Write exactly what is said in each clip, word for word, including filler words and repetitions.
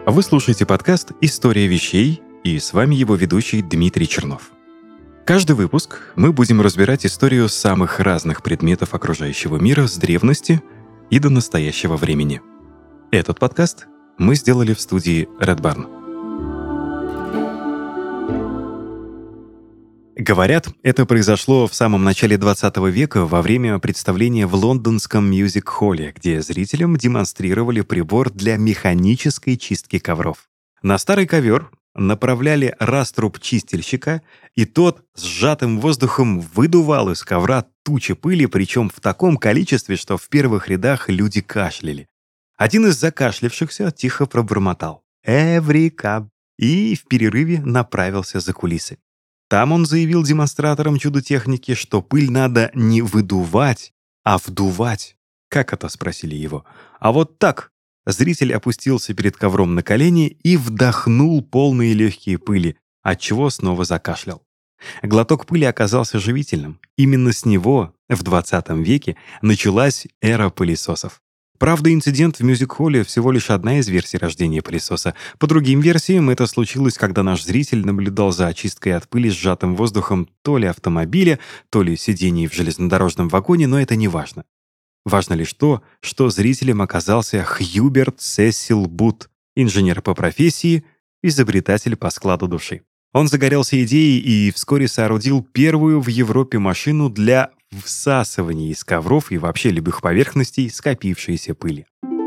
Вы слушаете подкаст «История вещей», и с вами его ведущий Дмитрий Чернов. Каждый выпуск мы будем разбирать историю самых разных предметов окружающего мира с древности и до настоящего времени. Этот подкаст мы сделали в студии Red Barn. Говорят, это произошло в самом начале двадцатого века во время представления в лондонском мьюзик-холле, где зрителям демонстрировали прибор для механической чистки ковров. На старый ковер направляли раструб чистильщика, и тот с сжатым воздухом выдувал из ковра тучи пыли, причем в таком количестве, что в первых рядах люди кашляли. Один из закашлявшихся тихо пробормотал «Эврика!» и в перерыве направился за кулисы. Там он заявил демонстраторам чудо-техники, что пыль надо не выдувать, а вдувать. «Как это?» — спросили его. «А вот так». Зритель опустился перед ковром на колени и вдохнул полные легкие пыли, отчего снова закашлял. Глоток пыли оказался живительным. Именно с него в двадцатом веке началась эра пылесосов. Правда, инцидент в мьюзик-холле всего лишь одна из версий рождения пылесоса. По другим версиям, это случилось, когда наш зритель наблюдал за очисткой от пыли сжатым воздухом то ли автомобиля, то ли сидений в железнодорожном вагоне, но это не важно. Важно лишь то, что зрителем оказался Хьюберт Сесил Бут, инженер по профессии, изобретатель по складу души. Он загорелся идеей и вскоре соорудил первую в Европе машину для всасывания из ковров и вообще любых поверхностей скопившейся пыли.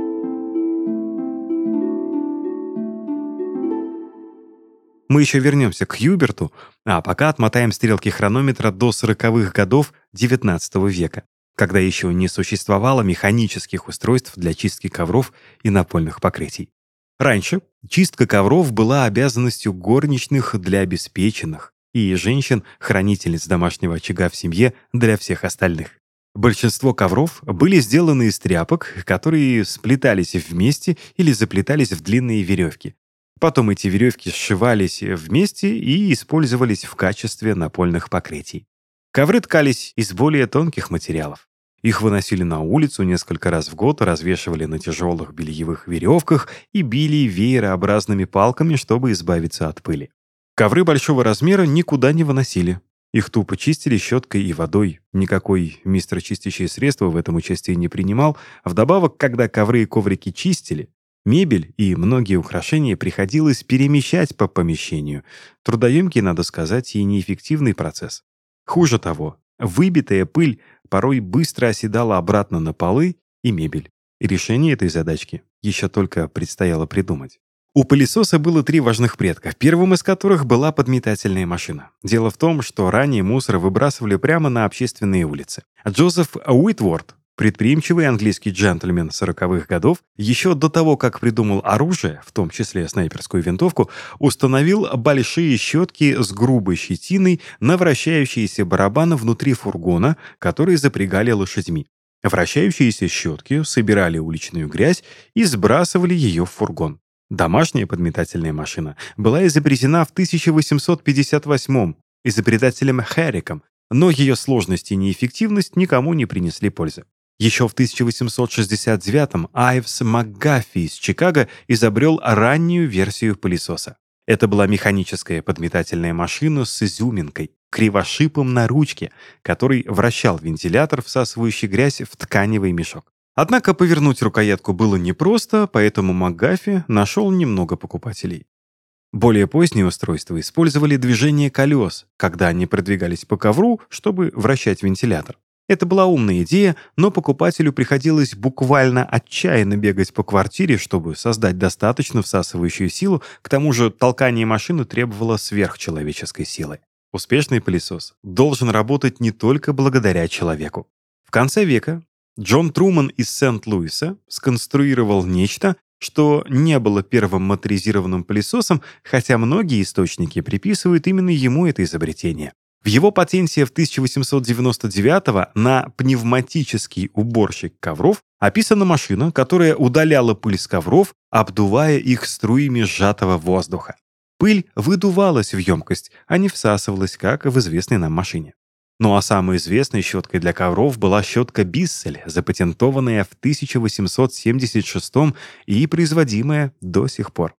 Мы еще вернемся к Хьюберту, а пока отмотаем стрелки хронометра до сороковых годов девятнадцатого века, когда еще не существовало механических устройств для чистки ковров и напольных покрытий. Раньше чистка ковров была обязанностью горничных для обеспеченных и женщин-хранительниц домашнего очага в семье для всех остальных. Большинство ковров были сделаны из тряпок, которые сплетались вместе или заплетались в длинные веревки. Потом эти веревки сшивались вместе и использовались в качестве напольных покрытий. Ковры ткались из более тонких материалов. Их выносили на улицу несколько раз в год, развешивали на тяжелых бельевых веревках и били веерообразными палками, чтобы избавиться от пыли. Ковры большого размера никуда не выносили. Их тупо чистили щеткой и водой. Никакой мистер чистящее средство в этом участие не принимал. Вдобавок, когда ковры и коврики чистили, мебель и многие украшения приходилось перемещать по помещению. Трудоемкий, надо сказать, и неэффективный процесс. Хуже того, выбитая пыль порой быстро оседала обратно на полы и мебель. И решение этой задачки еще только предстояло придумать. У пылесоса было три важных предка, первым из которых была подметательная машина. Дело в том, что ранее мусор выбрасывали прямо на общественные улицы. Джозеф Уитворд, предприимчивый английский джентльмен сороковых годов, еще до того, как придумал оружие, в том числе снайперскую винтовку, установил большие щетки с грубой щетиной на вращающиеся барабаны внутри фургона, которые запрягали лошадьми. Вращающиеся щетки собирали уличную грязь и сбрасывали ее в фургон. Домашняя подметательная машина была изобретена в тысяча восемьсот пятьдесят восьмом изобретателем Херриком, но ее сложность и неэффективность никому не принесли пользы. Еще в тысяча восемьсот шестьдесят девятом Айвс МакГаффи из Чикаго изобрел раннюю версию пылесоса. Это была механическая подметательная машина с изюминкой, кривошипом на ручке, который вращал вентилятор, всасывающий грязь в тканевый мешок. Однако повернуть рукоятку было непросто, поэтому МакГаффи нашел немного покупателей. Более поздние устройства использовали движение колес, когда они продвигались по ковру, чтобы вращать вентилятор. Это была умная идея, но покупателю приходилось буквально отчаянно бегать по квартире, чтобы создать достаточно всасывающую силу, к тому же толкание машины требовало сверхчеловеческой силы. Успешный пылесос должен работать не только благодаря человеку. В конце века Джон Труман из Сент-Луиса сконструировал нечто, что не было первым моторизированным пылесосом, хотя многие источники приписывают именно ему это изобретение. В его патенте в тысяча восемьсот девяносто девятом на пневматический уборщик ковров описана машина, которая удаляла пыль с ковров, обдувая их струями сжатого воздуха. Пыль выдувалась в емкость, а не всасывалась, как в известной нам машине. Ну а самой известной щеткой для ковров была щетка Биссель, запатентованная в тысяча восемьсот семьдесят шестом и производимая до сих пор.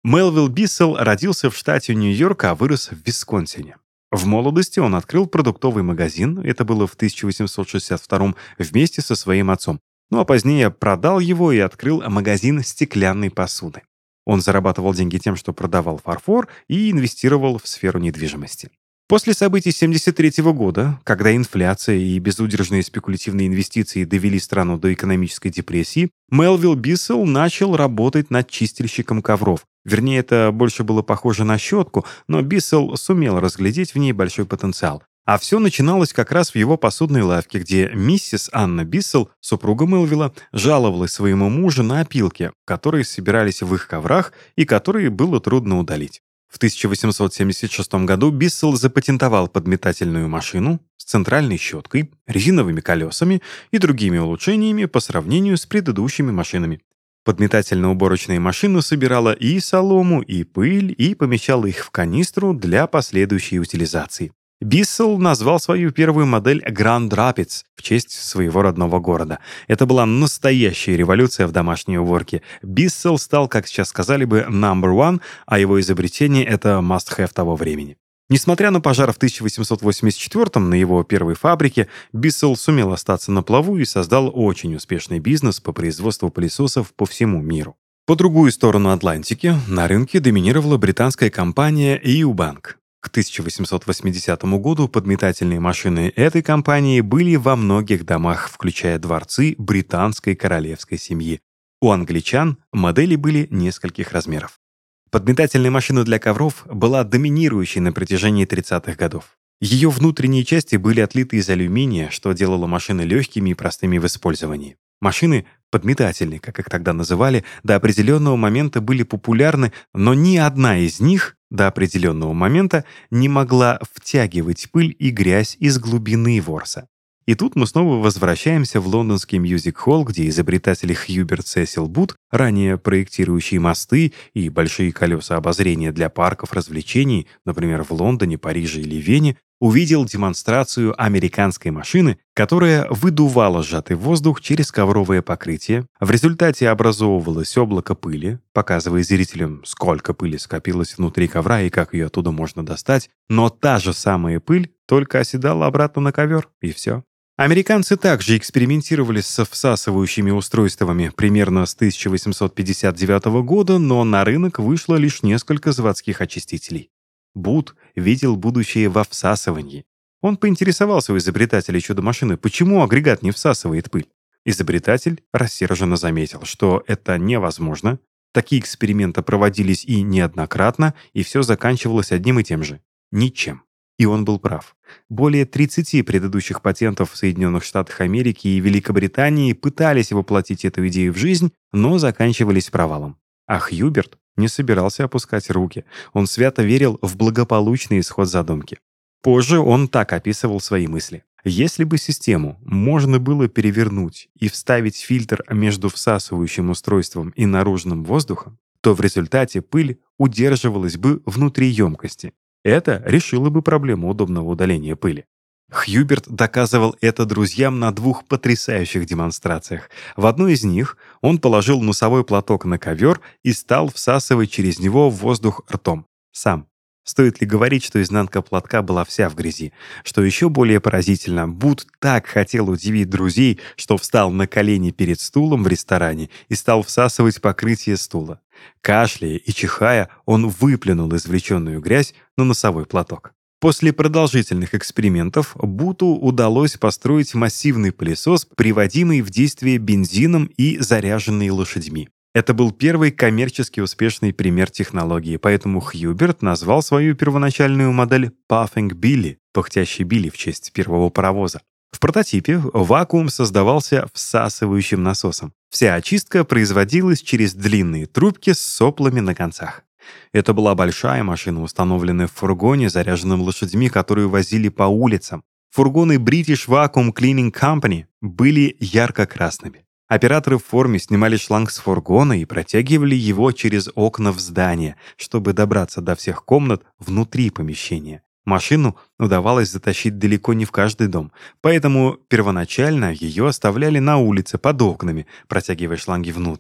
Мелвилл Биссел родился в штате Нью-Йорк, а вырос в Висконсине. В молодости он открыл продуктовый магазин, это было в тысяча восемьсот шестьдесят втором, вместе со своим отцом. Ну а позднее продал его и открыл магазин стеклянной посуды. Он зарабатывал деньги тем, что продавал фарфор и инвестировал в сферу недвижимости. После событий семьдесят третьего года, когда инфляция и безудержные спекулятивные инвестиции довели страну до экономической депрессии, Мелвилл Биссел начал работать над чистильщиком ковров. Вернее, это больше было похоже на щетку, но Биссел сумел разглядеть в ней большой потенциал. А все начиналось как раз в его посудной лавке, где миссис Анна Биссел, супруга Мелвилла, жаловалась своему мужу на опилки, которые собирались в их коврах и которые было трудно удалить. В тысяча восемьсот семьдесят шестом году Биссел запатентовал подметательную машину с центральной щеткой, резиновыми колесами и другими улучшениями по сравнению с предыдущими машинами. Подметательно-уборочная машина собирала и солому, и пыль, и помещала их в канистру для последующей утилизации. Биссел назвал свою первую модель Grand Rapids в честь своего родного города. Это была настоящая революция в домашней уборке. Биссел стал, как сейчас сказали бы, number one, а его изобретение — это must-have того времени. Несмотря на пожар в тысяча восемьсот восемьдесят четвёртом на его первой фабрике, Биссел сумел остаться на плаву и создал очень успешный бизнес по производству пылесосов по всему миру. По другую сторону Атлантики на рынке доминировала британская компания Eubank. К тысяча восемьсот восьмидесятому году подметательные машины этой компании были во многих домах, включая дворцы британской королевской семьи. У англичан модели были нескольких размеров. Подметательная машина для ковров была доминирующей на протяжении тридцатых годов. Ее внутренние части были отлиты из алюминия, что делало машины легкими и простыми в использовании. Машины подметательные, как их тогда называли, до определенного момента были популярны, но ни одна из них до определенного момента не могла втягивать пыль и грязь из глубины ворса. И тут мы снова возвращаемся в лондонский мьюзик-холл, где изобретатели Хьюберт Сесил Бут, ранее проектирующие мосты и большие колеса обозрения для парков развлечений, например, в Лондоне, Париже или Вене, увидел демонстрацию американской машины, которая выдувала сжатый воздух через ковровое покрытие. В результате образовывалось облако пыли, показывая зрителям, сколько пыли скопилось внутри ковра и как ее оттуда можно достать. Но та же самая пыль только оседала обратно на ковер, и все. Американцы также экспериментировали со всасывающими устройствами примерно с тысяча восемьсот пятьдесят девятого года, но на рынок вышло лишь несколько заводских очистителей. Бут видел будущее во всасывании. Он поинтересовался у изобретателя чудо-машины, почему агрегат не всасывает пыль. Изобретатель рассерженно заметил, что это невозможно. Такие эксперименты проводились и неоднократно, и все заканчивалось одним и тем же — ничем. И он был прав. Более тридцати предыдущих патентов в Соединенных Штатах Америки и Великобритании пытались воплотить эту идею в жизнь, но заканчивались провалом. А Хьюберт не собирался опускать руки. Он свято верил в благополучный исход задумки. Позже он так описывал свои мысли. Если бы систему можно было перевернуть и вставить фильтр между всасывающим устройством и наружным воздухом, то в результате пыль удерживалась бы внутри емкости. Это решило бы проблему удобного удаления пыли. Хьюберт доказывал это друзьям на двух потрясающих демонстрациях. В одной из них он положил носовой платок на ковер и стал всасывать через него воздух ртом. Сам. Стоит ли говорить, что изнанка платка была вся в грязи? Что еще более поразительно, Бут так хотел удивить друзей, что встал на колени перед стулом в ресторане и стал всасывать покрытие стула. Кашляя и чихая, он выплюнул извлеченную грязь на носовой платок. После продолжительных экспериментов Буту удалось построить массивный пылесос, приводимый в действие бензином и заряженный лошадьми. Это был первый коммерчески успешный пример технологии, поэтому Хьюберт назвал свою первоначальную модель Puffing Billy, пыхтящий Билли в честь первого паровоза. В прототипе вакуум создавался всасывающим насосом. Вся очистка производилась через длинные трубки с соплами на концах. Это была большая машина, установленная в фургоне, заряженном лошадьми, которую возили по улицам. Фургоны British Vacuum Cleaning Company были ярко-красными. Операторы в форме снимали шланг с фургона и протягивали его через окна в здание, чтобы добраться до всех комнат внутри помещения. Машину удавалось затащить далеко не в каждый дом, поэтому первоначально ее оставляли на улице под окнами, протягивая шланги внутрь.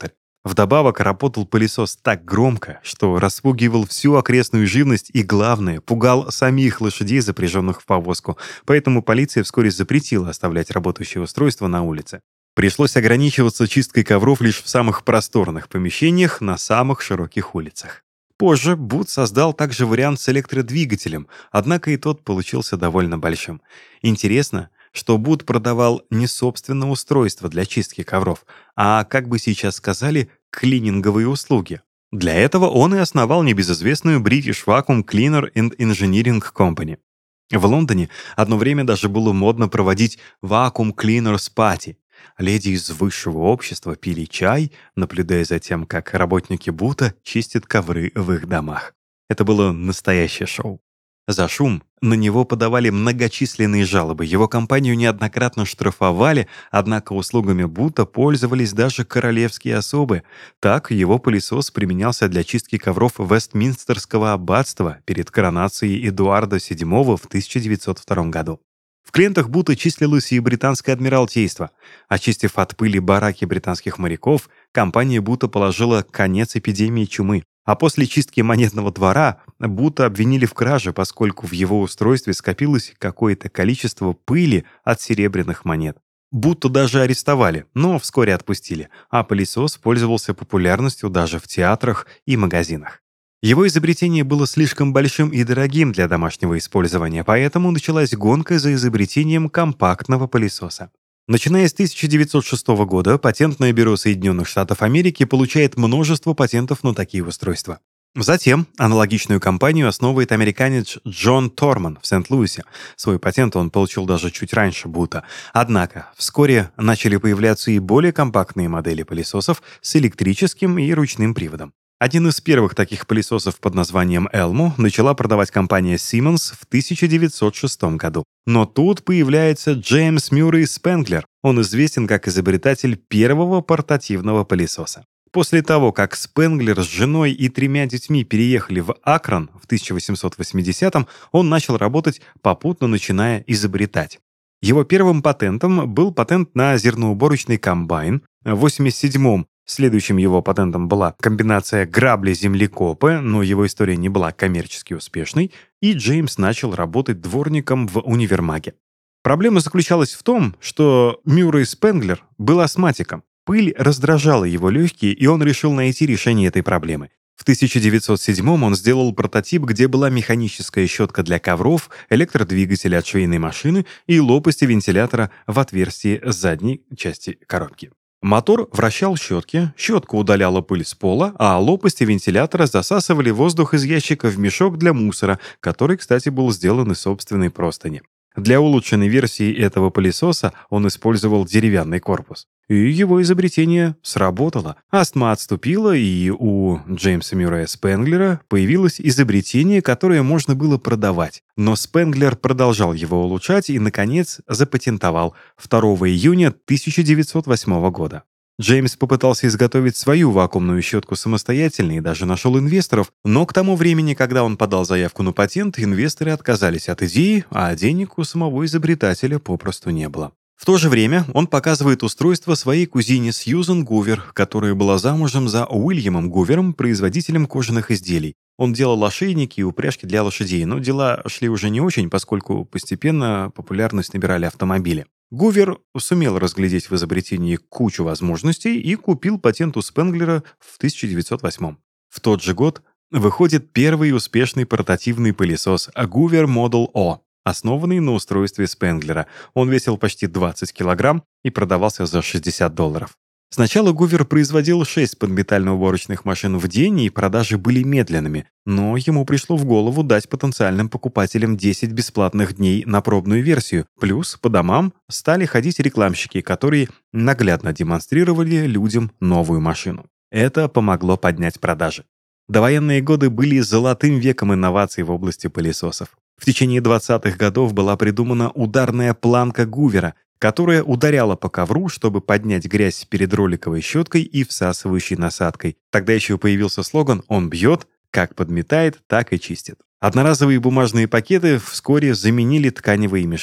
Вдобавок работал пылесос так громко, что распугивал всю окрестную живность и, главное, пугал самих лошадей, запряженных в повозку, поэтому полиция вскоре запретила оставлять работающее устройство на улице. Пришлось ограничиваться чисткой ковров лишь в самых просторных помещениях на самых широких улицах. Позже Бут создал также вариант с электродвигателем, однако и тот получился довольно большим. Интересно, что Бут продавал не собственное устройство для чистки ковров, а, как бы сейчас сказали, клининговые услуги. Для этого он и основал небезызвестную British Vacuum Cleaner and Engineering Company. В Лондоне одно время даже было модно проводить Vacuum Cleaners Party. Леди из высшего общества пили чай, наблюдая за тем, как работники Бута чистят ковры в их домах. Это было настоящее шоу. За шум на него подавали многочисленные жалобы, его компанию неоднократно штрафовали, однако услугами Бута пользовались даже королевские особы. Так, его пылесос применялся для чистки ковров Вестминстерского аббатства перед коронацией Эдуарда седьмого в тысяча девятьсот втором году. В клиентах Бута числилось и британское адмиралтейство. Очистив от пыли бараки британских моряков, компания Бута положила конец эпидемии чумы. А после чистки монетного двора Бута обвинили в краже, поскольку в его устройстве скопилось какое-то количество пыли от серебряных монет. Буту даже арестовали, но вскоре отпустили, а пылесос пользовался популярностью даже в театрах и магазинах. Его изобретение было слишком большим и дорогим для домашнего использования, поэтому началась гонка за изобретением компактного пылесоса. Начиная с тысяча девятьсот шестого года, Патентное бюро Соединенных Штатов Америки получает множество патентов на такие устройства. Затем аналогичную компанию основывает американец Джон Торман в Сент-Луисе. Свой патент он получил даже чуть раньше Бута. Однако вскоре начали появляться и более компактные модели пылесосов с электрическим и ручным приводом. Один из первых таких пылесосов под названием Elmo начала продавать компания Siemens в тысяча девятьсот шестом году. Но тут появляется Джеймс Мюррей Спенглер. Он известен как изобретатель первого портативного пылесоса. После того, как Спенглер с женой и тремя детьми переехали в Акрон в тысяча восемьсот восьмидесятом, он начал работать, попутно начиная изобретать. Его первым патентом был патент на зерноуборочный комбайн. В восемьдесят седьмом следующим его патентом была комбинация грабли-землекопа, но его история не была коммерчески успешной, и Джеймс начал работать дворником в универмаге. Проблема заключалась в том, что Мюррей Спенглер был астматиком. Пыль раздражала его легкие, и он решил найти решение этой проблемы. В тысяча девятьсот седьмом он сделал прототип, где была механическая щетка для ковров, электродвигатель от швейной машины и лопасти вентилятора в отверстии задней части коробки. Мотор вращал щетки, щетка удаляла пыль с пола, а лопасти вентилятора засасывали воздух из ящика в мешок для мусора, который, кстати, был сделан из собственной простыни. Для улучшенной версии этого пылесоса он использовал деревянный корпус. И его изобретение сработало. Астма отступила, и у Джеймса Мюррея Спенглера появилось изобретение, которое можно было продавать. Но Спенглер продолжал его улучшать и, наконец, запатентовал второго июня тысяча девятьсот восьмого года. Джеймс попытался изготовить свою вакуумную щетку самостоятельно и даже нашел инвесторов, но к тому времени, когда он подал заявку на патент, инвесторы отказались от идеи, а денег у самого изобретателя попросту не было. В то же время он показывает устройство своей кузине Сьюзен Гувер, которая была замужем за Уильямом Гувером, производителем кожаных изделий. Он делал ошейники и упряжки для лошадей, но дела шли уже не очень, поскольку постепенно популярность набирали автомобили. Гувер сумел разглядеть в изобретении кучу возможностей и купил патент у Спенглера в тысяча девятьсот восьмом. В тот же год выходит первый успешный портативный пылесос Гувер Model O, основанный на устройстве Спенглера. Он весил почти двадцать килограмм и продавался за шестьдесят долларов. Сначала Гувер производил шесть подметально-уборочных машин в день, и продажи были медленными, но ему пришло в голову дать потенциальным покупателям десять бесплатных дней на пробную версию, плюс по домам стали ходить рекламщики, которые наглядно демонстрировали людям новую машину. Это помогло поднять продажи. Довоенные годы были золотым веком инноваций в области пылесосов. В течение двадцатых годов была придумана ударная планка Гувера, которая ударяла по ковру, чтобы поднять грязь перед роликовой щеткой и всасывающей насадкой. Тогда еще появился слоган «Он бьет, как подметает, так и чистит». Одноразовые бумажные пакеты вскоре заменили тканевые мешки.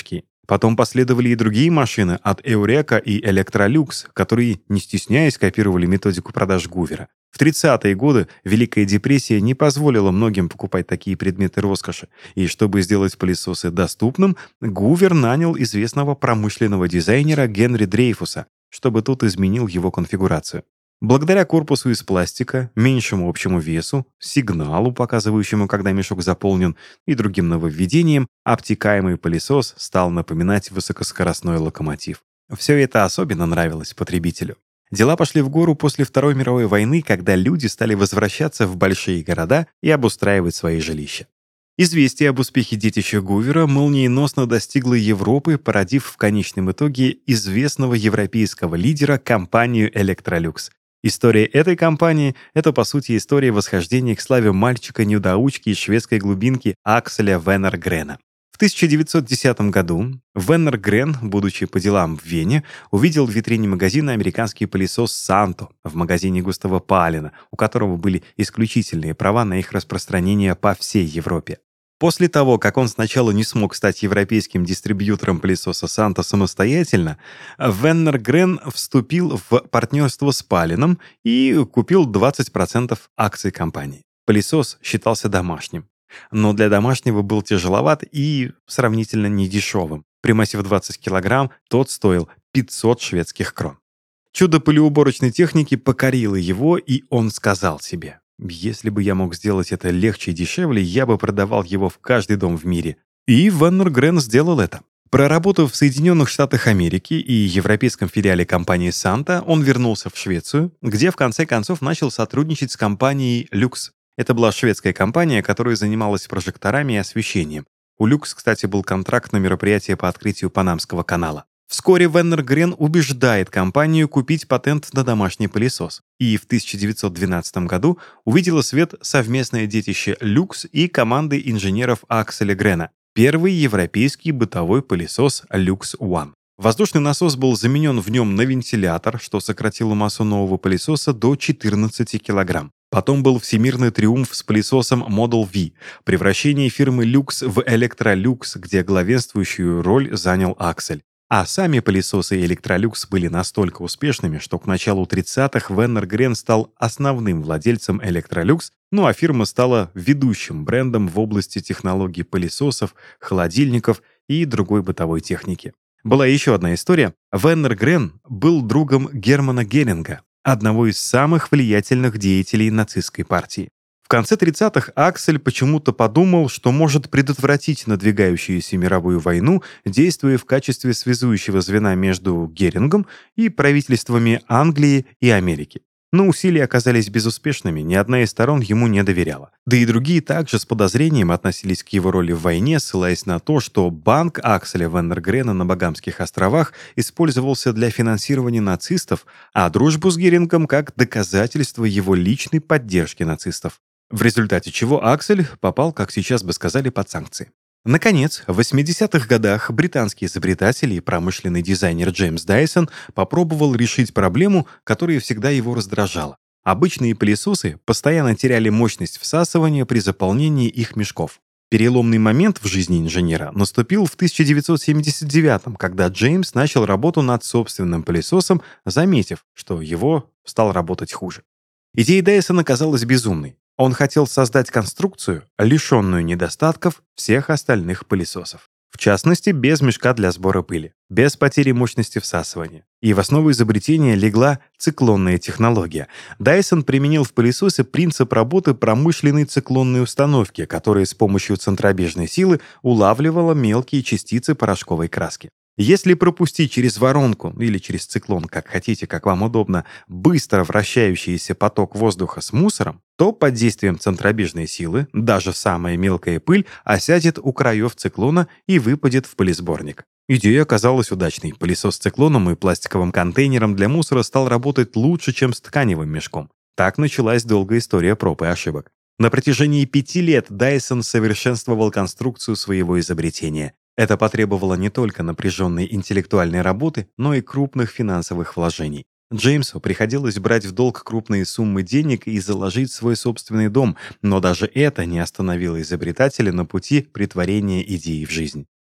Потом последовали и другие машины от Eureka и Electrolux, которые, не стесняясь, копировали методику продаж Гувера. В тридцатые годы Великая депрессия не позволила многим покупать такие предметы роскоши, и чтобы сделать пылесосы доступным, Гувер нанял известного промышленного дизайнера Генри Дрейфуса, чтобы тот изменил его конфигурацию. Благодаря корпусу из пластика, меньшему общему весу, сигналу, показывающему, когда мешок заполнен, и другим нововведениям, обтекаемый пылесос стал напоминать высокоскоростной локомотив. Все это особенно нравилось потребителю. Дела пошли в гору после Второй мировой войны, когда люди стали возвращаться в большие города и обустраивать свои жилища. Известие об успехе детища Гувера молниеносно достигло Европы, породив в конечном итоге известного европейского лидера компанию Electrolux. История этой компании — это, по сути, история восхождения к славе мальчика-недоучки из шведской глубинки Акселя Веннергрена. В тысяча девятьсот десятом году Веннергрен, будучи по делам в Вене, увидел в витрине магазина американский пылесос «Санто» в магазине Густава Палина, у которого были исключительные права на их распространение по всей Европе. После того, как он сначала не смог стать европейским дистрибьютором пылесоса «Санто» самостоятельно, Веннергрен вступил в партнерство с Палином и купил двадцать процентов акций компании. Пылесос считался домашним, но для домашнего был тяжеловат и сравнительно недешевым. При массе в двадцать килограмм тот стоил пятьсот шведских крон. Чудо пылеуборочной техники покорило его, и он сказал себе: «Если бы я мог сделать это легче и дешевле, я бы продавал его в каждый дом в мире». И Веннергрен сделал это. Проработав в Соединенных Штатах Америки и европейском филиале компании «Санто», он вернулся в Швецию, где в конце концов начал сотрудничать с компанией «Люкс». Это была шведская компания, которая занималась прожекторами и освещением. У «Люкс», кстати, был контракт на мероприятие по открытию Панамского канала. Вскоре Веннергрен убеждает компанию купить патент на домашний пылесос. И в тысяча девятьсот двенадцатом году увидело свет совместное детище «Люкс» и команды инженеров Акселя Грена. Первый европейский бытовой пылесос «Люкс One». Воздушный насос был заменен в нем на вентилятор, что сократило массу нового пылесоса до четырнадцати килограмм. Потом был всемирный триумф с пылесосом Model V, превращение фирмы Люкс в Electrolux, где главенствующую роль занял Аксель. А сами пылесосы Electrolux были настолько успешными, что к началу тридцатых Веннергрен стал основным владельцем Electrolux, ну а фирма стала ведущим брендом в области технологий пылесосов, холодильников и другой бытовой техники. Была еще одна история. Веннергрен был другом Германа Геринга, одного из самых влиятельных деятелей нацистской партии. В конце тридцатых Аксель почему-то подумал, что может предотвратить надвигающуюся мировую войну, действуя в качестве связующего звена между Герингом и правительствами Англии и Америки. Но усилия оказались безуспешными, ни одна из сторон ему не доверяла. Да и другие также с подозрением относились к его роли в войне, ссылаясь на то, что банк Акселя Веннергрена на Багамских островах использовался для финансирования нацистов, а дружбу с Герингом как доказательство его личной поддержки нацистов. В результате чего Аксель попал, как сейчас бы сказали, под санкции. Наконец, в восьмидесятых годах британский изобретатель и промышленный дизайнер Джеймс Дайсон попробовал решить проблему, которая всегда его раздражала. Обычные пылесосы постоянно теряли мощность всасывания при заполнении их мешков. Переломный момент в жизни инженера наступил в тысяча девятьсот семьдесят девятом, когда Джеймс начал работу над собственным пылесосом, заметив, что его стал работать хуже. Идея Дайсона казалась безумной. Он хотел создать конструкцию, лишенную недостатков всех остальных пылесосов. В частности, без мешка для сбора пыли, без потери мощности всасывания. И в основу изобретения легла циклонная технология. Дайсон применил в пылесосе принцип работы промышленной циклонной установки, которая с помощью центробежной силы улавливала мелкие частицы порошковой краски. Если пропустить через воронку или через циклон, как хотите, как вам удобно, быстро вращающийся поток воздуха с мусором, то под действием центробежной силы даже самая мелкая пыль осядет у краев циклона и выпадет в пылесборник. Идея оказалась удачной. Пылесос с циклоном и пластиковым контейнером для мусора стал работать лучше, чем с тканевым мешком. Так началась долгая история проб и ошибок. На протяжении пяти лет Дайсон совершенствовал конструкцию своего изобретения. Это потребовало не только напряженной интеллектуальной работы, но и крупных финансовых вложений. Джеймсу приходилось брать в долг крупные суммы денег и заложить свой собственный дом, но даже это не остановило изобретателя на пути претворения идеи в жизнь.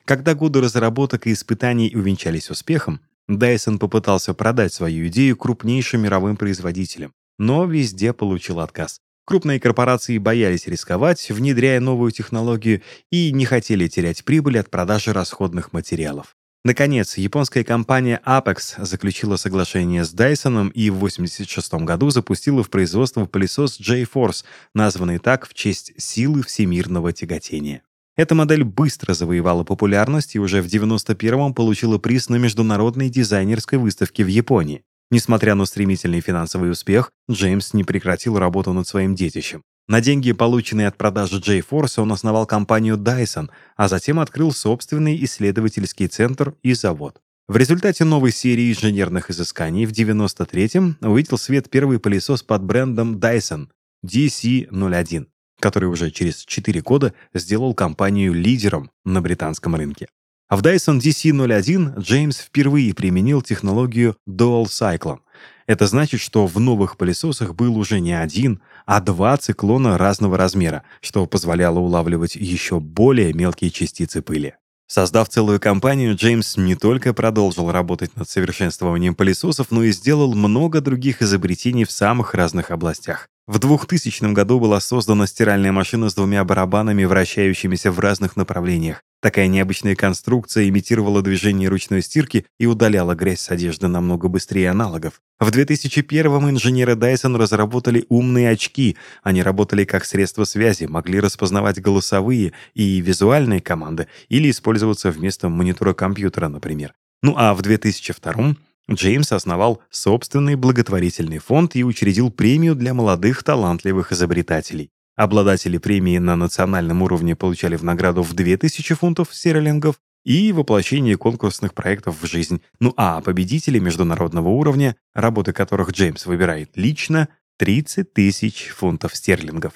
Когда годы разработок и испытаний увенчались успехом, Dyson попытался продать свою идею крупнейшим мировым производителям, но везде получил отказ. Крупные корпорации боялись рисковать, внедряя новую технологию, и не хотели терять прибыль от продажи расходных материалов. Наконец, японская компания Apex заключила соглашение с Dyson и в восемьдесят шестом году запустила в производство пылесос J-Force, названный так в честь силы всемирного тяготения. Эта модель быстро завоевала популярность и уже в девяносто первом получила приз на международной дизайнерской выставке в Японии. Несмотря на стремительный финансовый успех, Джеймс не прекратил работу над своим детищем. На деньги, полученные от продажи J-Force, он основал компанию Dyson, а затем открыл собственный исследовательский центр и завод. В результате новой серии инженерных изысканий в девяносто третьем увидел свет первый пылесос под брендом Dyson ди си ноль один, который уже через четыре года сделал компанию лидером на британском рынке. А в Dyson ди си ноль один Джеймс впервые применил технологию Dual Cyclone. Это значит, что в новых пылесосах был уже не один, а два циклона разного размера, что позволяло улавливать еще более мелкие частицы пыли. Создав целую компанию, Джеймс не только продолжил работать над совершенствованием пылесосов, но и сделал много других изобретений в самых разных областях. В двухтысячном году была создана стиральная машина с двумя барабанами, вращающимися в разных направлениях. Такая необычная конструкция имитировала движение ручной стирки и удаляла грязь с одежды намного быстрее аналогов. В две тысячи первом инженеры Dyson разработали умные очки. Они работали как средство связи, могли распознавать голосовые и визуальные команды или использоваться вместо монитора компьютера, например. Ну а в две тысячи втором Джеймс основал собственный благотворительный фонд и учредил премию для молодых талантливых изобретателей. Обладатели премии на национальном уровне получали в награду в две тысячи фунтов стерлингов и воплощение конкурсных проектов в жизнь. Ну а победители международного уровня, работы которых Джеймс выбирает лично, тридцать тысяч фунтов стерлингов.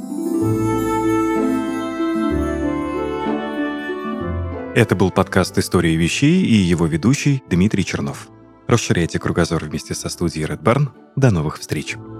Это был подкаст «История вещей» и его ведущий Дмитрий Чернов. Расширяйте кругозор вместе со студией Red Barn. До новых встреч!